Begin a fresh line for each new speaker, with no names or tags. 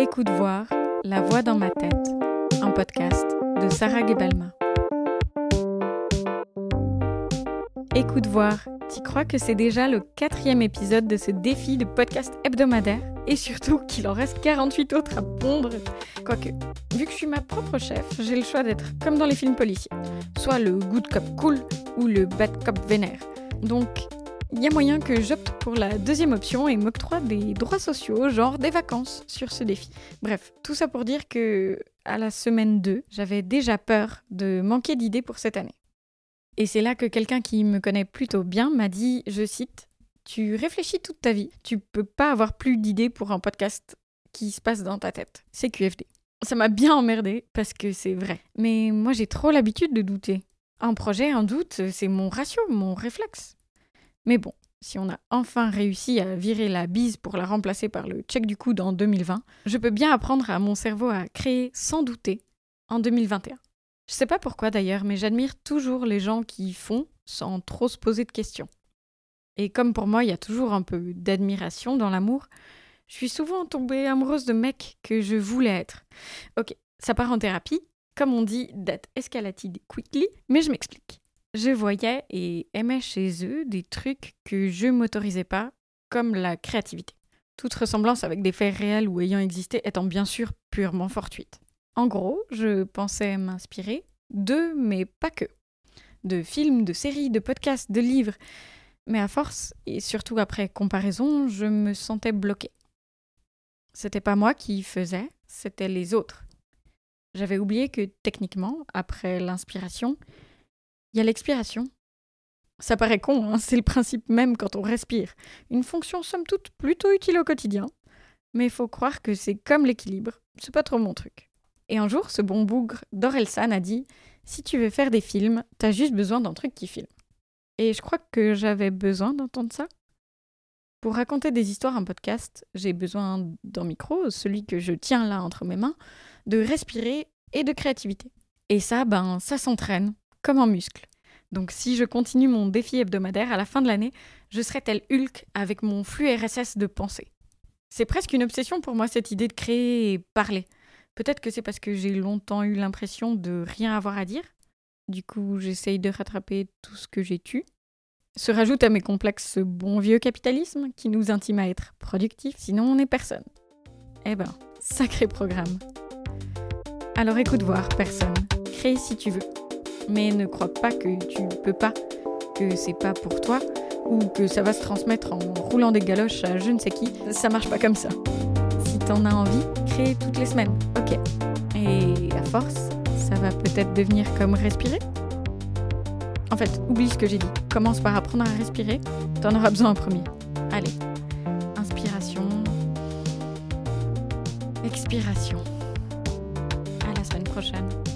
Écoute voir, la voix dans ma tête, un podcast de Sarah Gebalma. Écoute voir, tu crois que c'est déjà le 4e épisode de ce défi de podcast hebdomadaire et surtout qu'il en reste 48 autres à pondre. Quoique, vu que je suis ma propre chef, j'ai le choix d'être comme dans les films policiers, soit le good cop cool ou le bad cop vénère. Donc, il y a moyen que j'opte pour la deuxième option et m'octroie des droits sociaux, genre des vacances, sur ce défi. Bref, tout ça pour dire que, à la semaine 2, j'avais déjà peur de manquer d'idées pour cette année. Et c'est là que quelqu'un qui me connaît plutôt bien m'a dit, je cite, « Tu réfléchis toute ta vie, tu peux pas avoir plus d'idées pour un podcast qui se passe dans ta tête. C'est QFD. » Ça m'a bien emmerdée parce que c'est vrai. Mais moi j'ai trop l'habitude de douter. Un projet, un doute, c'est mon ratio, mon réflexe. Mais bon, si on a enfin réussi à virer la bise pour la remplacer par le check du coude en 2020, je peux bien apprendre à mon cerveau à créer sans douter en 2021. Je sais pas pourquoi d'ailleurs, mais j'admire toujours les gens qui font sans trop se poser de questions. Et comme pour moi, il y a toujours un peu d'admiration dans l'amour, je suis souvent tombée amoureuse de mecs que je voulais être. Ok, ça part en thérapie, comme on dit, that escalated quickly, mais je m'explique. Je voyais et aimais chez eux des trucs que je m'autorisais pas, comme la créativité. Toute ressemblance avec des faits réels ou ayant existé étant bien sûr purement fortuite. En gros, je pensais m'inspirer d'eux, mais pas que. De films, de séries, de podcasts, de livres. Mais à force, et surtout après comparaison, je me sentais bloquée. C'était pas moi qui faisais, c'était les autres. J'avais oublié que techniquement, après l'inspiration, il y a l'expiration. Ça paraît con, hein, c'est le principe même quand on respire. Une fonction somme toute plutôt utile au quotidien. Mais il faut croire que c'est comme l'équilibre, c'est pas trop mon truc. Et un jour, ce bon bougre d'Orelsan a dit « Si tu veux faire des films, t'as juste besoin d'un truc qui filme. » Et je crois que j'avais besoin d'entendre ça. Pour raconter des histoires en podcast, j'ai besoin d'un micro, celui que je tiens là entre mes mains, de respirer et de créativité. Et ça, ça s'entraîne, comme un muscle. Donc si je continue mon défi hebdomadaire, à la fin de l'année, je serai tel Hulk avec mon flux RSS de pensée. C'est presque une obsession pour moi, cette idée de créer et parler. Peut-être que c'est parce que j'ai longtemps eu l'impression de rien avoir à dire. Du coup, j'essaye de rattraper tout ce que j'ai tué. Se rajoute à mes complexes ce bon vieux capitalisme qui nous intime à être productifs, sinon on n'est personne. Sacré programme. Alors écoute voir, personne. Crée si tu veux. Mais ne crois pas que tu peux pas, que c'est pas pour toi, ou que ça va se transmettre en roulant des galoches à je ne sais qui. Ça marche pas comme ça. Si t'en as envie, crée toutes les semaines, ok. Et à force, ça va peut-être devenir comme respirer. En fait, oublie ce que j'ai dit. Commence par apprendre à respirer. T'en auras besoin en premier. Allez. Inspiration. Expiration. À la semaine prochaine.